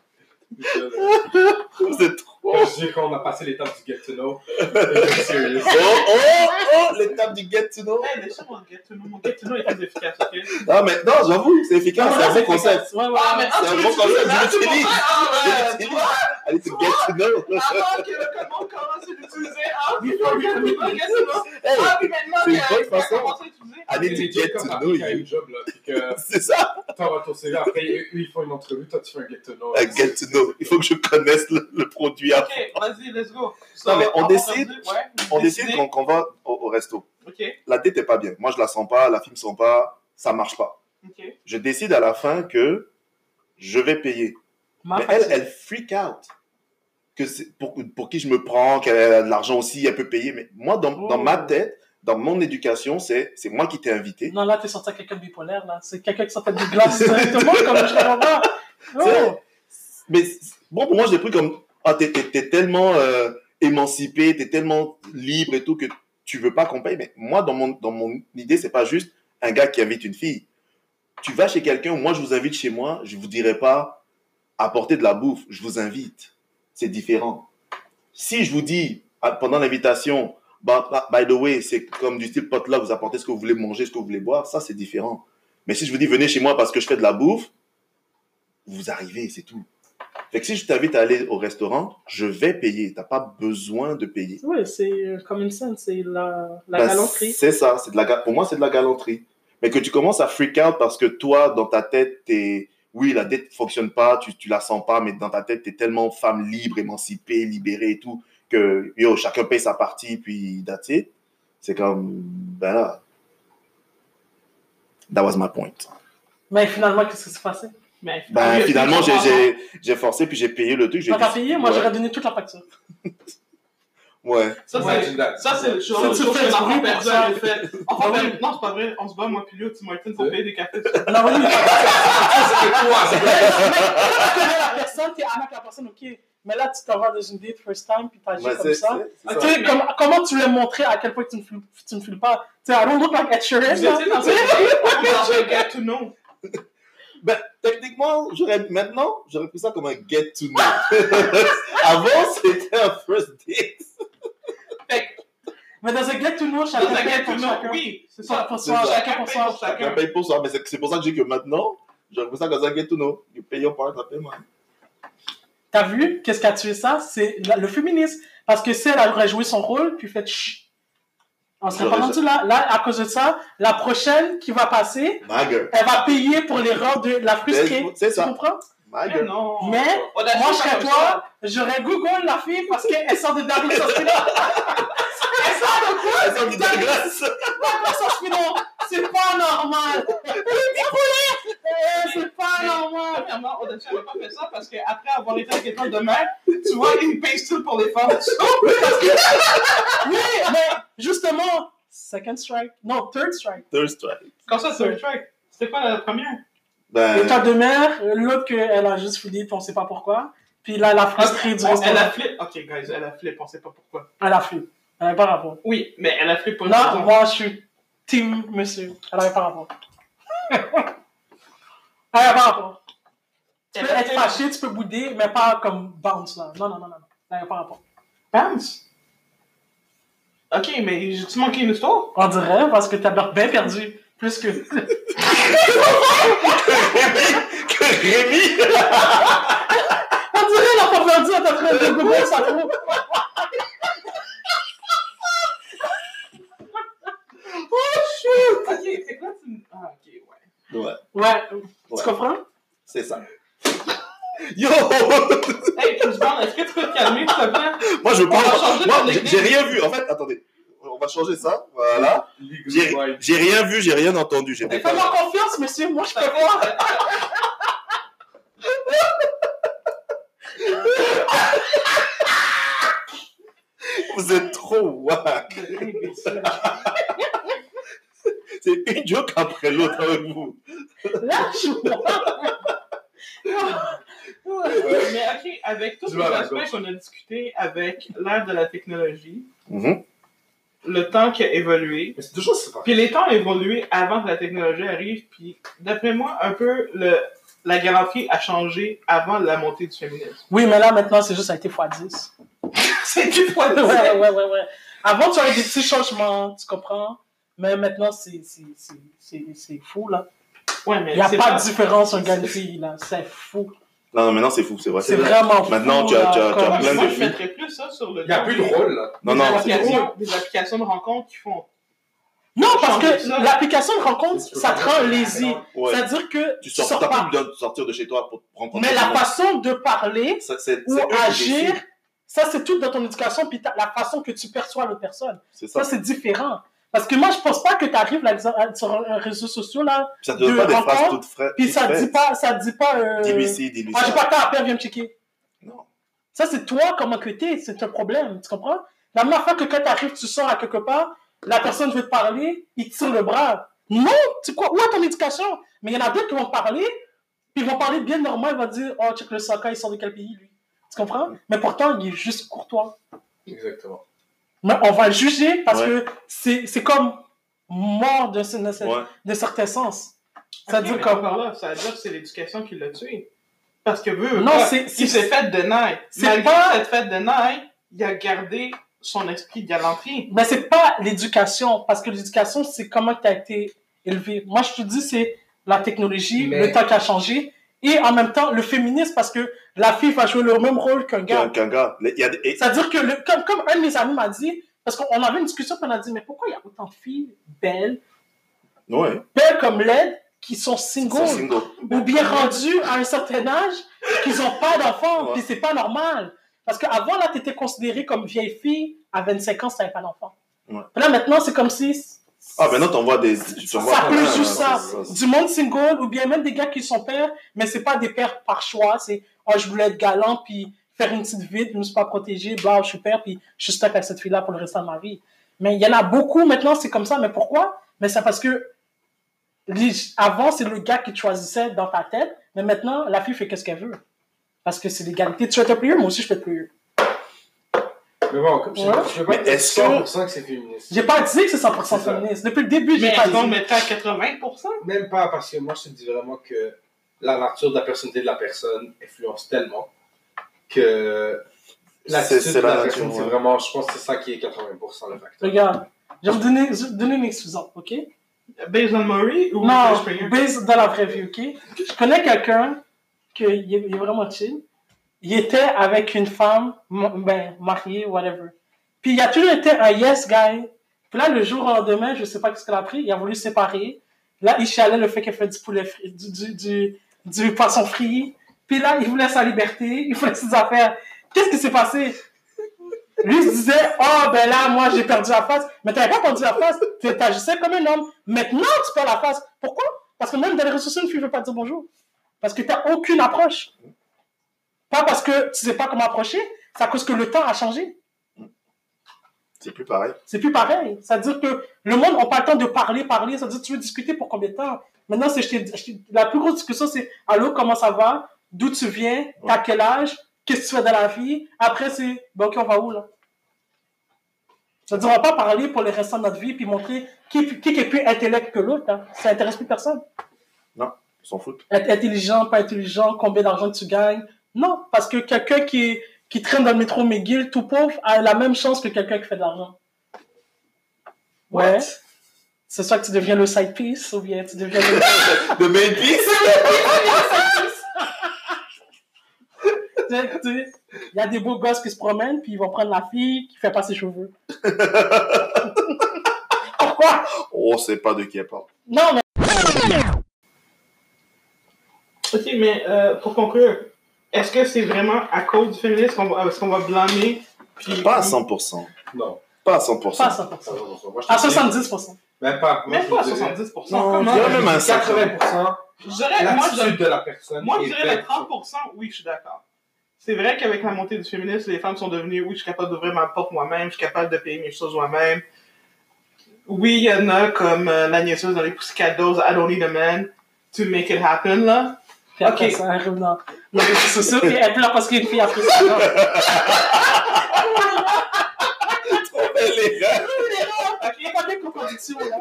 C'est trop. Quand je dis qu'on a passé l'étape du get to know, c'est serious. Oh, oh, oh, l'étape du get to know. Hey, laisse-moi mon get to know. Mon get to know est très efficace, ok? Non, mais non, j'avoue, c'est efficace, c'est un bon concept. Ouais, ouais. Ah, mais C'est un tu bon l'utilises, concept, là, je tu l'utilise. vois? Ah, ouais, Je tu l'utilise. vois? Allez, to get to know. Avant que le comment commence à l'utiliser, ah, puis il faut que tu le get to know. Hey, Ah, puis maintenant c'est une qu'il bonne a- qu'il a façon. commencé à l'utiliser. I need to get to know Il y a you. une job, là, puis que C'est ça, t'envoies ton C V, après, eux, ils font une entrevue, toi, tu fais un get to know. un get to know. Il faut que je connaisse le, le produit avant. Ok, vas-y, let's go. Non, mais on enfant décide- perdu, ouais, vous On décide décidez. qu'on qu'on va au, au resto. Ok, La date est pas bien. Moi, je la sens pas, la fille me sent pas, ça marche pas. ok. Je décide à la fin que je vais payer. Ma Mais elle, fatigue. elle freak out. Que c'est pour, pour qui je me prends, qu'elle a de l'argent aussi, elle peut payer. Mais moi, dans, dans Oh. ma tête, dans mon éducation, c'est c'est moi qui t'ai invité. Non, là, t'es sorti à quelqu'un de bipolaire, là. C'est quelqu'un qui sortait du glace directement, comme je comprends pas. Oh. Mais c'est- bon, pour moi, je l'ai pris comme ah, t'es, t'es, t'es tellement euh, émancipé, t'es tellement libre et tout que tu veux pas qu'on paye. Mais moi, dans mon, dans mon idée, c'est pas juste un gars qui invite une fille. Tu vas chez quelqu'un, moi, je vous invite chez moi, je vous dirai pas apporter de la bouffe, je vous invite. C'est différent. Si je vous dis ah, pendant l'invitation, bah, bah, by the way, c'est comme du style potluck, vous apportez ce que vous voulez manger, ce que vous voulez boire, ça c'est différent. Mais si je vous dis venez chez moi parce que je fais de la bouffe, vous arrivez, c'est tout. Fait que si je t'invite à aller au restaurant, je vais payer. T'as pas besoin de payer. Oui, c'est euh, comme une scène, c'est la, la Ben, galanterie. c'est ça. C'est de la, ga- pour moi, c'est de la galanterie. Mais que tu commences à freak out parce que toi, dans ta tête, t'es, oui, la dette fonctionne pas, tu, tu la sens pas, mais dans ta tête, t'es tellement femme libre, émancipée, libérée et tout, que, yo, chacun paye sa partie, puis that's it. C'est comme, ben là. That was my point. Mais finalement, qu'est-ce qui s'est passé? Mais Ben, oui, finalement, j'ai, effectivement, j'ai, j'ai forcé, puis j'ai payé le truc. J'ai Quand t'as dit- payé, moi, ouais. j'aurais donné toute la facture. Ouais. Ça, Ouais, c'est, tu l'as- ça, c'est le genre de Ça, tu chose fais que l'enfant exprès perdu pour ça. avait fait. Enfant Ah oui. perdu, non, c'est pas vrai. On se bat, moi, puis Léo, Tim Martin, pour Hein? payer des cafés. Non, oui, mais C'est quoi, ça? tu connais la personne, t'es avec la personne, ok. Mais là, tu t'en vas dans une date first time, puis t'agis Ouais, comme c'est, ça. c'est, c'est Ok, ça. Tu sais, comme- comment tu lui as montré à quel point tu ne files, tu ne files pas? Tu sais, I don't look like Ed Sheeran, Vous là. étiez dans un dans un get to know. Ben, techniquement, j'aurais, maintenant, j'aurais pris ça comme un get to know. Avant, c'était un first date. Fait que, Mais dans un get to know, dans chacun un paye get to pour know, chacun. oui, c'est Pour- ça. pour C'est soi, ça. chacun pour soi. paye pour Chacun chacun. paye pour ça. Mais c'est, c'est pour ça que je dis que maintenant, j'aurais pris ça comme un get to know. You pay your part, ça paye moi. T'as vu? Qu'est-ce qui a tué ça? C'est la- le féminisme. Parce que si elle aurait joué son rôle, puis fait chut. On serait pas J'aurais- rendu là. Là, à cause de ça, la prochaine qui va passer, My girl. elle va payer pour l'erreur de la frustrée. C'est- c'est ça. Tu comprends? My Mais girl. non. Mais, On a moi, fait je ça serais comme toi, ça. j'aurais Google la fille parce qu'elle sort de Darwin Hospital. Elle sort de quoi? Elle sort du dégueulasse. Darwin Hospital. C'est pas normal. Elle est bipolaire. Eh, C'est pas normal. Premièrement, on n'avait pas fait ça parce qu'après avoir été avec quelqu'un de mère, tu vois, ils payent tout pour les femmes. Oui, mais justement, second strike. Non, third strike. Third strike. Quand ça, c'est un track. C'était quoi la première? Ben, L'état de mère, l'autre qu'elle a juste fini, puis on sait pas pourquoi. Puis là, elle a frustré du Elle restaurant. a flip. Ok, guys, elle a flip, on sait pas pourquoi. Elle a flippé. Elle n'avait pas rapport. Oui, mais elle a flip pour une Non, raison. moi, je suis team monsieur. Elle n'avait pas rapport. Elle n'avait pas rapport. Tu peux Elle a être fait- fâché, tu peux bouder, mais pas comme bounce, là. Non, non, non, non. non. Elle n'avait pas rapport. Bounce. Ok, mais j'ai-tu manqué une histoire? On dirait, parce que t'as l'air bien perdu. Plus que... Que Rémi. On dirait la pas perdu en train de googler ça trop. Oh, shoot! Ok, c'est quoi tu... Ah, ok, ouais. Ouais, Ouais, Ouais. tu comprends? c'est ça. Yo! Hey, Chris, est-ce que tu peux te calmer, s'il te plaît? Moi, je veux On va pas. changer Moi, ton j'ai technique. j'ai rien vu. En fait, attendez. On va changer ça. Voilà. J'ai j'ai rien vu, j'ai rien entendu. J'étais pas. Fais-moi confiance, monsieur. Moi, je peux voir. Vous êtes trop wack. C'est une joke après l'autre avec vous. Lâche-moi. Mais ok, avec tous Je les vais à la aspects gauche. qu'on a discutés avec l'ère de la technologie, Mhm. le temps qui a évolué, Mais c'est toujours ça. puis les temps ont évolué avant que la technologie arrive, puis d'après moi, un peu, le, la galanterie a changé avant la montée du féminisme. Oui, mais là, maintenant, c'est juste, ça a été fois dix. C'est du point de Ouais, ouais, ouais, ouais. Avant, tu avais des petits changements, tu comprends? Mais maintenant, c'est, c'est, c'est, c'est, c'est fou, là. Ouais, mais Il n'y a c'est pas de différence, un gars et une fille, là. C'est fou. Non, non, maintenant c'est fou, c'est vrai. C'est vraiment fou. Maintenant, tu as- là, tu as- tu as comme- plein Moi, de je filles. mettrais plus ça sur le Il n'y a plus de rôle, là. Non, des, non, c'est applications, des applications de rencontres qui font. Non, parce changer que ça. l'application de rencontre, Tu peux ça pas te faire rend ça. lazy. Ouais. C'est-à-dire que Tu tu sors, sors t'as plus pas. besoin de sortir de chez toi pour rencontrer Mais tout la le monde. façon de parler Ça, c'est, ou c'est eux qui agir, décident. ça, c'est tout dans ton éducation, puis ta- la façon que tu perçois l'autre personne. C'est ça. Ça, c'est différent. Parce que moi, je pense pas que tu arrives là, sur un réseau social, là, Ça te donne de pas des phrases rencontre, toutes fraises. puis ça dit pas, ça dit pas, euh, Dis-lui ci, dis-lui ah, j'ai ça. pas le temps à perdre, viens me checker. Non. Ça, c'est toi, comment que t'es, c'est un problème, tu comprends? La même fois que quand t'arrives, tu sors à quelque part, la personne veut te parler, il te tire le bras. Non, tu quoi? Où est ton éducation? Mais il y en a d'autres qui vont parler, puis ils vont parler bien normal, ils vont dire, oh, check le soccer, il sort de quel pays, lui? Tu comprends? Mais pourtant, il est juste courtois. Exactement. Mais on va le juger parce Ouais. que c'est, c'est comme mort de, ce- de, ce- Ouais. de certains sens. Ça Ok, veut dire mais comme. encore là, ça veut dire que c'est l'éducation qui l'a tué. Parce que veut, Non, pas, c'est- il c'est- s'est fait de naître. c'est Malgré pas- cette fête de naître, il a gardé son esprit de galanterie. Mais c'est pas l'éducation, parce que l'éducation, c'est comment tu as été élevé. Moi, je te dis, c'est la technologie, Mais- le temps qui a changé, et en même temps, le féminisme, parce que la fille va jouer le même rôle qu'un Qu'un, gars. qu'un gars. Les- il y a des- et- C'est-à-dire que, le, comme, comme un de mes amis m'a dit, parce qu'on avait une discussion, puis on a dit, mais pourquoi il y a autant de filles belles, Ouais. belles comme l'aide, qui sont Ils singles, sont singles. ou bien rendues à un certain âge, qu'ils n'ont pas d'enfants, Ouais. puis c'est pas normal. Parce qu'avant, là, tu étais considérée comme vieille fille, à vingt-cinq ans, si tu n'avais pas d'enfant. Ouais. Puis là, maintenant, c'est comme si... Ah, maintenant, t'envoies des. Tu Ça t'envoies plus plein, juste hein, ça. c'est- c'est- Du monde single, ou bien même des gars qui sont pères, mais c'est pas des pères par choix. C'est, oh, je voulais être galant, puis faire une petite vie, je me suis pas protégé, blah, je suis père, puis je suis stuck avec cette fille-là pour le restant de ma vie. Mais il y en a beaucoup maintenant, c'est comme ça. Mais pourquoi? Mais c'est parce que les- avant, c'est le gars qui te choisissait dans ta tête, mais maintenant, la fille fait qu'est-ce qu'elle veut. Parce que c'est l'égalité. Tu veux être player, moi aussi je peux être player. Mais bon, comme je Ouais. je veux pas Mais être est-ce que- cent pour cent que c'est féministe. J'ai pas dit que c'est cent pour cent C'est ça. féministe. Depuis le début, j'ai Mais pas est-ce qu'on le dit. mettrait à quatre-vingts pour cent? Même pas, parce que moi, je te dis vraiment que la nature de la personnalité de la personne influence tellement que l'attitude C'est- c'est de la la nature, personne, c'est ouais. vraiment, je pense que c'est ça qui est quatre-vingts pour cent le facteur. Regarde, je vais vous donner, je vais vous donner un exemple, ok? Based on Murray ou Non, Springer? based dans la vraie vie, ok? Je connais quelqu'un qui est, il est vraiment chill. Il était avec une femme, m- ben, mariée, whatever. Puis il a toujours été un yes guy. Puis là, le jour au lendemain, je sais pas ce qu'elle a pris, il a voulu se séparer. Là, il chialait le fait qu'elle fait du poulet frit, du, du, du, du poisson frit. Puis là, il voulait sa liberté, il voulait ses affaires. Qu'est-ce qui s'est passé? Lui il se disait, oh ben là, moi j'ai perdu la face. Mais t'avais pas perdu la face, tu t'agissais comme un homme. Maintenant, tu perds la face. Pourquoi? Parce que même dans les réseaux sociaux, une fille veut pas dire bonjour. Parce que t'as aucune approche. Pas parce que tu sais pas comment approcher, c'est à cause que le temps a changé. C'est plus pareil. C'est plus pareil. C'est-à-dire que le monde n'a pas le temps de parler, parler. Ça veut dire, tu veux discuter pour combien de temps? Maintenant, c'est, je t'ai- je t'ai- la plus grosse discussion, c'est, allô, comment ça va? D'où tu viens? T'as quel âge? Qu'est-ce que tu fais dans la vie? Après, c'est, ben, ok, on va où, là? C'est-à-dire, on va pas parler pour le restant de notre vie puis montrer qui, qui est plus intellect que l'autre, hein. Ça intéresse plus personne. Non, ils s'en foutent. Être intelligent, pas intelligent, combien d'argent tu gagnes. Non, parce que quelqu'un qui, qui traîne dans le métro McGill, tout pauvre, a la même chance que quelqu'un qui fait de l'argent. Ouais. C'est soit que tu deviens le side piece ou bien tu deviens le... Le main piece. Il y a des beaux gosses qui se promènent, puis ils vont prendre la fille qui fait pas ses cheveux. Pourquoi? On sait pas de qui elle parle. Non, mais... Ok, mais euh, pour conclure, est-ce que c'est vraiment à cause du féminisme qu'on va, qu'on va blâmer? Puis, Pas à cent pour cent. Non. Pas à cent pour cent. Pas à cent pour cent. Moi, je te À dis- soixante-dix pour cent. Même pas. Moi, Même je pas à dirais- soixante-dix pour cent. Non, Comment? je dirais même à quatre-vingts pour cent. Je dirais, moi, je, L'attitude de la personne. moi, je est dirais faite les trente pour cent, oui, je suis d'accord. C'est vrai qu'avec la montée du féminisme, les femmes sont devenues, oui, je suis capable d'ouvrir ma porte moi-même, je suis capable de payer mes choses moi-même. Oui, il y en a comme euh, la niaiseuse dans les Pussycat Dolls, I don't need a man to make it happen, là. Puis après Ok. ça arrive dans les réseaux sociaux, puis elle pleure parce qu'il y a une fille après ça. Non. Elle est là. Il n'y a pas de contradiction, là.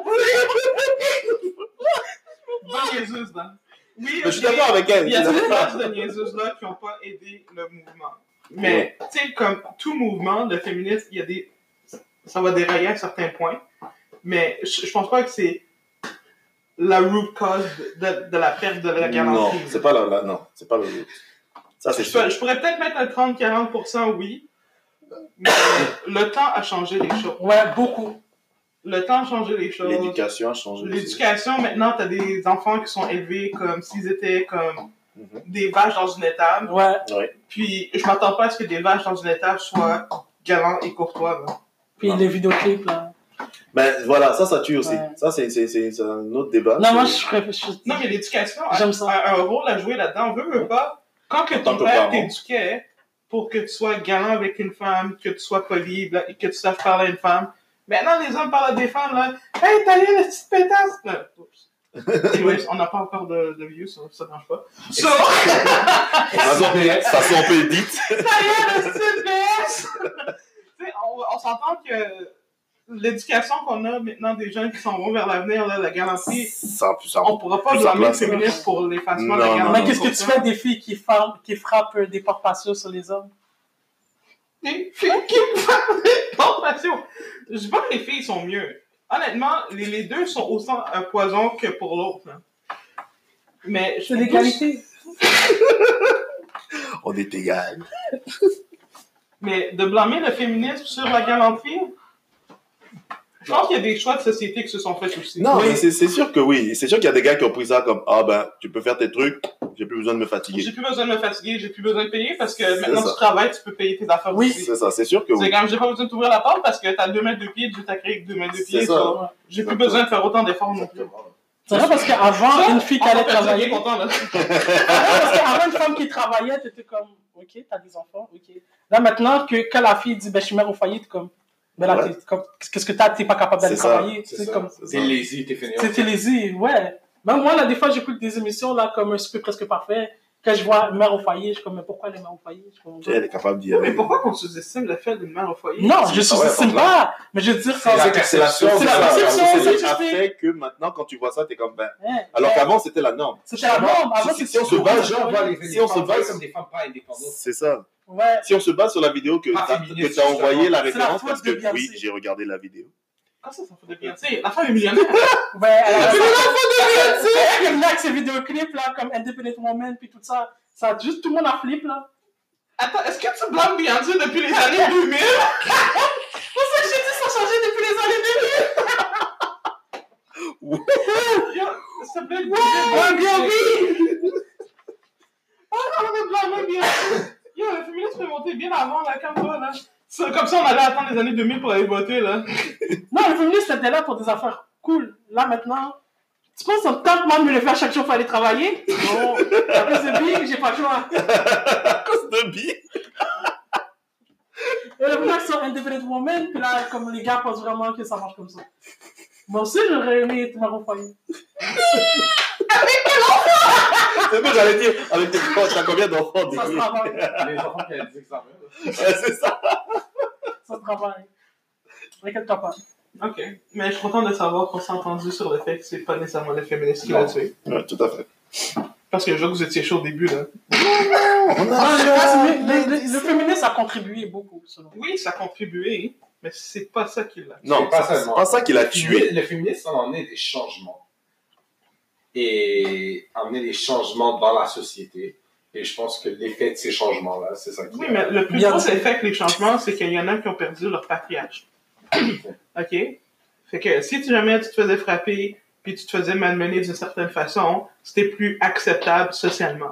Bonne niaiseuse, là. Oui, Mais je suis ok. d'accord avec elle. Il y a Je suis des d'accord. classes de niaiseuses-là qui n'ont pas aidé le mouvement. Mais, tu sais, comme tout mouvement de féminisme, il y a des... ça va dérailler à certains points. Mais je, je pense pas que c'est la root cause de, de la perte de la Non, galanterie. c'est pas la, la- non, c'est pas le but. Ça, c'est Je, sûr. peux- je pourrais peut-être mettre un trente à quarante pour cent, oui. Mais le temps a changé les choses. Ouais, beaucoup. Le temps a changé les choses. L'éducation a changé. aussi. L'éducation, maintenant, t'as des enfants qui sont élevés comme s'ils étaient comme Mhm. des vaches dans une étable. Ouais. Ouais. Puis, je m'attends pas à ce que des vaches dans une étable soient galants et courtois. Là. Puis Non. les vidéoclips, là. Mais voilà, ça, ça tue aussi. Ouais. Ça, c'est, c'est, c'est, c'est un autre débat. Non, moi, je C'est- ferais... je- Non, mais l'éducation a, J'aime ça. a un rôle à jouer là-dedans. On veut, veut pas. Quand que En tant ton que père parent. t'éduquait pour que tu sois galant avec une femme, que tu sois poli, là, et que tu saches parler à une femme, maintenant, les hommes parlent à des femmes, là. Hey, t'as eu la petite pétasse! Là, oups. Anyways, on n'a pas encore de, de views, ça, ça marche pas. So, De toute façon, ça s'en peut vite. ça y est, la petite B S! Tu sais, on, on s'entend que l'éducation qu'on a maintenant des jeunes qui s'en vont vers l'avenir, là, la galanterie, Ça, ça, on pourra pas Plus blâmer en le place, féminisme pour l'effacement de Non, la non, galanterie. Mais qu'est-ce que tu fais des filles qui frappent, qui frappent euh, des portes patios sur les hommes? Les filles qui me font des formations. Je dis pas que les filles sont mieux. Honnêtement, les, les deux sont autant un poison que pour l'autre. Là. Mais je C'est trouve l'égalité. on est égal. Mais de blâmer le féminisme sur la galanterie, je pense qu'il y a des choix de société qui se sont faits aussi. Non, Oui. mais c'est, c'est sûr que oui. C'est sûr qu'il y a des gars qui ont pris ça comme, ah ben, tu peux faire tes trucs, j'ai plus besoin de me J'ai fatiguer. plus besoin de me fatiguer, j'ai plus besoin de payer parce que maintenant ça. tu travailles, tu peux payer tes affaires Oui. aussi. C'est ça, c'est sûr que C'est oui. quand même, j'ai pas besoin de t'ouvrir la porte parce que t'as deux mètres de pied, Dieu t'a créé avec deux mètres de pied. C'est ça. so, j'ai plus besoin de faire autant d'efforts non plus. C'est vrai parce qu'avant, une fille qui allait travailler... bien content, là. Ouais, parce qu'avant, une femme qui travaillait, t'étais comme, ok, t'as des enfants, ok. Là, maintenant, que, quand la fille dit, ben, je suis mère au foyer, t'es comme, ben là, Ouais. t'es comme, qu'est-ce que t'as, t'es pas capable d'aller C'est ça, travailler. C'est C'est ça. comme, C'est T'es ça. lazy, t'es fini. c'était lazy, ouais. Même moi, là, des fois, j'écoute des émissions, là, comme Un souper presque parfait. Quand je vois mère au foyer, je suis comme, mais pourquoi elle est mère au foyer? Je suis comme, Elle est capable d'y Mais aller. pourquoi qu'on sous-estime le fait d'une mère au foyer? non, je Ah ouais, sous-estime par pas, mais je veux dire, C'est la c'est, perception. C'est la ça. perception, C'est c'est les juste- faits que maintenant, quand tu vois ça, t'es comme, ben. ouais, Alors ouais. qu'avant, c'était la norme. C'était la norme. Avant, si- c'était si on se tout. base, Les gens voient les, les Si on se femmes base- comme des femmes pas indépendantes. C'est ça. Ouais. Si on se base sur la vidéo que Pas t'as, féministe, que t'as envoyé la C'est la référence, faute parce de que Beyoncé. oui, j'ai regardé la vidéo. Quand ça, ça fait de bien? Tu sais, la femme est millionnaire. Ouais, alors, c'est elle qui est venue avec ses vidéoclips, là, comme Independent Woman, puis tout ça. Ça, juste tout le monde a flip, là. Attends, est-ce que tu blâmes Beyoncé depuis les années deux mille? C'est ça que j'ai dit, ça a changé depuis les années deux mille. Yo, s'il te plaît, Ouais, bien oui. Oh non, on a blâmé Beyoncé. Yo, le féminisme est monté bien avant, là, comme toi, là. Ça, comme ça, on allait attendre les années deux mille pour aller voter, là. Non, le féministe était là pour des affaires cool. Là, maintenant, tu penses que tant que moi me lever à chaque jour pour aller travailler? Non. Après, c'est bien, j'ai pas le choix. À cause de Bi. Et là, maintenant, sur Independent Woman, puis là, comme les gars pensent vraiment que ça marche comme ça. Moi aussi, j'aurais aimé être mère au foyer. C'est ce que j'allais dire. Avec tes enfants, t'as combien d'enfants, du Ça se coup? travaille. Les enfants qui ont des examens. Ouais, c'est ça. Ça se travaille. Inquiète-toi pas. Ok. Mais je suis content de savoir qu'on s'est entendu sur le fait que c'est pas nécessairement le féministe qui l'a Non. tué. Ouais, tout à fait. Parce que je vois que vous étiez chaud au début, là. On Non, le, le, le, le féminisme a contribué beaucoup, selon moi. Oui, ça a contribué. Mais c'est pas ça qui l'a tué. Non, C'est pas c'est seulement. pas ça qui l'a Le tué. Le féminisme a emmené des changements. Et a emmené des changements dans la société. Et je pense que l'effet de ces changements-là, c'est ça qui Oui, a- mais le plus Bien gros sûr. effet que les changements, c'est qu'il y en a qui ont perdu leur patriarche. OK? Fait que si tu jamais tu te faisais frapper puis tu te faisais malmener d'une certaine façon, c'était plus acceptable socialement.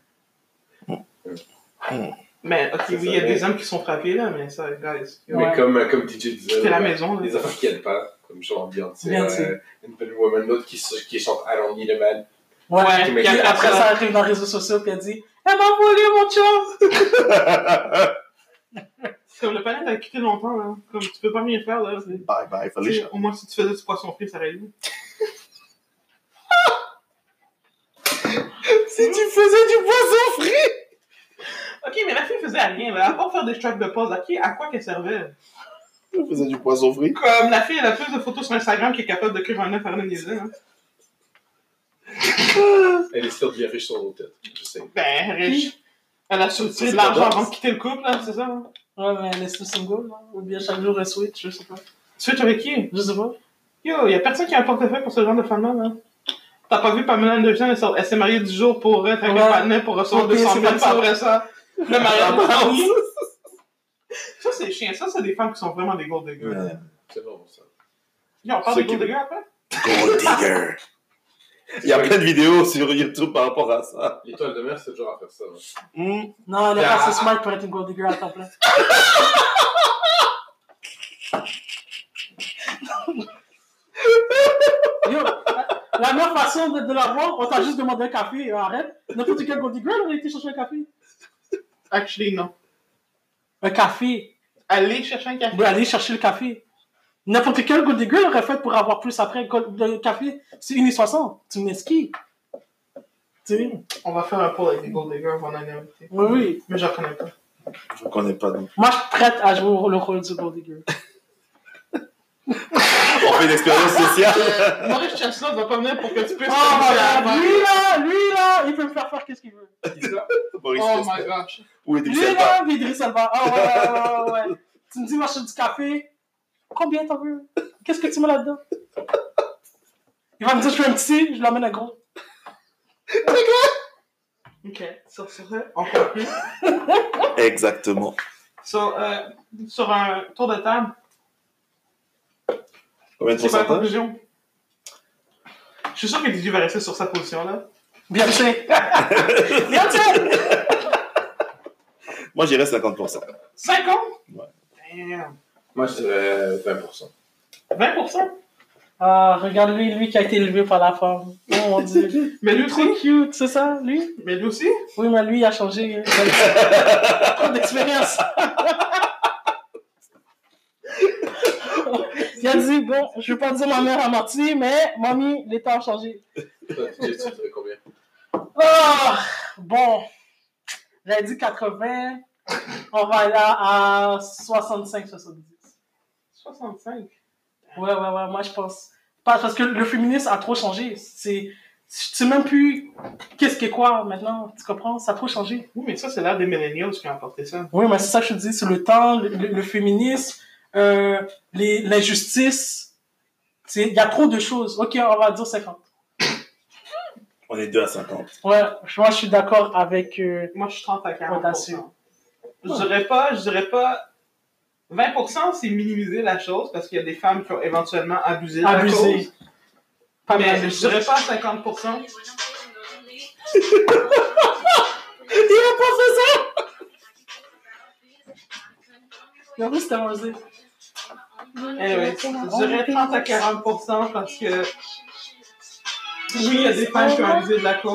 Mais, OK, C'est oui, ça, il y a mais- des hommes qui sont frappés, là, mais ça, guys. Mais Ouais. comme, comme D J disait, C'est la euh, maison, là. les affaires qui aident pas, comme genre Beyoncé, Beyoncé. euh, Independent Woman, l'autre qui, qui chante I Don't Need a Man. Ouais, Ouais, puis mais après, après ça ça- arrive dans les réseaux sociaux, puis elle dit elle m'a volé mon chum! Comme le planète a quitté longtemps, là. Comme tu peux pas rien faire, là. C'est- Bye bye, tu fallait sais, Au moins, si tu faisais du poisson frit, ça aurait eu. Si tu faisais du poisson frit! OK, mais la fille faisait rien, là. À part faire des tracks de pause, OK, à quoi qu'elle servait? Tu faisais du poisson frit? Comme la fille, elle a plus de photos sur Instagram qui est capable de créer un œuf à une niaiser, hein. Elle est still bien riche sur nos têtes, je sais. Ben, riche. Elle a soutenu c'est de l'argent pas avant de quitter le couple, là, c'est ça? Hein? Ouais, mais elle est still single, là. Ou bien chaque jour elle switch, je sais pas. Switch avec qui? Je sais pas. Yo, y'a personne qui a un portefeuille pour ce genre de femme-là, là. T'as pas vu Pamela Anderson, elle, sort- elle s'est mariée dix jours pour être avec Ouais. un partenaire pour recevoir Pour payer deux cent ses mille, puis factures. après ça, le mariage est fini. Ça, c'est chiant. Ça, c'est des femmes qui sont vraiment des gold diggers. Ouais. C'est bon, ça. Yo, on parle Ceux de gold qui- diggers après? Gold digger. Il y a plein de vidéos sur YouTube par rapport à ça. L'étoile de mer, c'est toujours à faire ça. hein. Hmm. Non, elle est Ah. pas assez smart pour être une gold digger à temps plein. Yo, la meilleure façon de, de la voir, on t'a juste demandé un café, euh, arrête. N'importe quel gold digger aurait été chercher un café. Actually, non. Un café. Allez chercher un café. Oui, aller chercher le café. N'importe quel gold digger aurait fait pour avoir plus après. Le café, c'est une soixante. Tu m'esquives. Tu sais? On va faire un poll avec des gold diggers, on va en inviter. Oui, oui. Mais j'en connais pas. Je connais pas donc. Moi, je suis prête à jouer le rôle du gold digger. On fait une expérience sociale. Maurice Chestnut va pas venir pour que tu puisses... Oh, voilà. Lui, là, lui, là, il peut me faire faire qu'est-ce qu'il veut. Maurice Oh Chestnut. my gosh. Ou Idriss Lui, Elba. là, puis Idriss Elba. Ah, ouais, ouais, ouais, ouais. Tu me dis, moi, je fais du café. Combien t'en veux? Qu'est-ce que tu mets là-dedans? Il va me dire, je fais un petit, je l'emmène à gros. OK. Sur ce, on conclut. Exactement. So, euh, sur un tour de table, Combien de c'est quoi la pourcentage? conclusion? Je suis sûr que Didier va rester sur sa position-là. Bien sûr. Bien sûr. Moi, j'irais cinquante pour cent. cinquante? Ouais. Damn. Moi, je dirais vingt pour cent. vingt pour cent? Ah, regarde lui, lui qui a été élevé par la femme. Oh mon dieu. Mais lui Il est trop aussi? cute, c'est ça, lui? Mais lui aussi? Oui, mais lui, il a changé. Trop d'expérience. Il a dit, bon, je vais pas dire ma mère a menti, mais mamie, les temps ont changé. Toi, tu tu dirais combien? Ah, bon, j'avais dit quatre-vingts, on va aller à soixante-cinq soixante-dix. soixante-cinq. Ouais, ouais, ouais, moi je pense. Pas- Parce que le féminisme a trop changé. C'est, je sais même plus qu'est-ce que quoi maintenant, tu comprends? Ça a trop changé. Oui, mais ça, c'est l'ère des millennials qui ont apporté ça. Oui, mais c'est ça que je te dis, c'est le temps, le, le- le féminisme, euh, les, l'injustice. C'est- Il y a trop de choses. Ok, on va dire cinquante. On est deux à cinquante. Ouais, moi je suis d'accord avec. Euh, Moi, je suis trente à quarante pour cent. Audacieux. Je dirais pas, je dirais pas... vingt pour cent, c'est minimiser la chose, parce qu'il y a des femmes qui ont éventuellement abusé de la abuser. cause. Pas Mais mal de je dirais choses. pas cinquante pour cent. Il a pas fait ça! Il a vu, c'était osé. Eh oui, je dirais trente à quarante pour cent parce que oui, il y a des femmes qui ont abusé de la cause.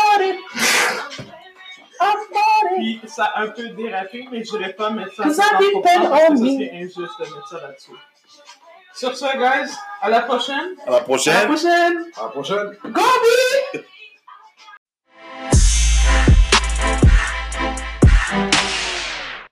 Puis ça a un peu dérapé, mais je dirais pas mettre ça à Cause I cinquante pour cent depend parce que on ça me. serait injuste de mettre ça là-dessus. Sur ce, guys, à la prochaine. À la À la prochaine. prochaine! À la prochaine! Gobi!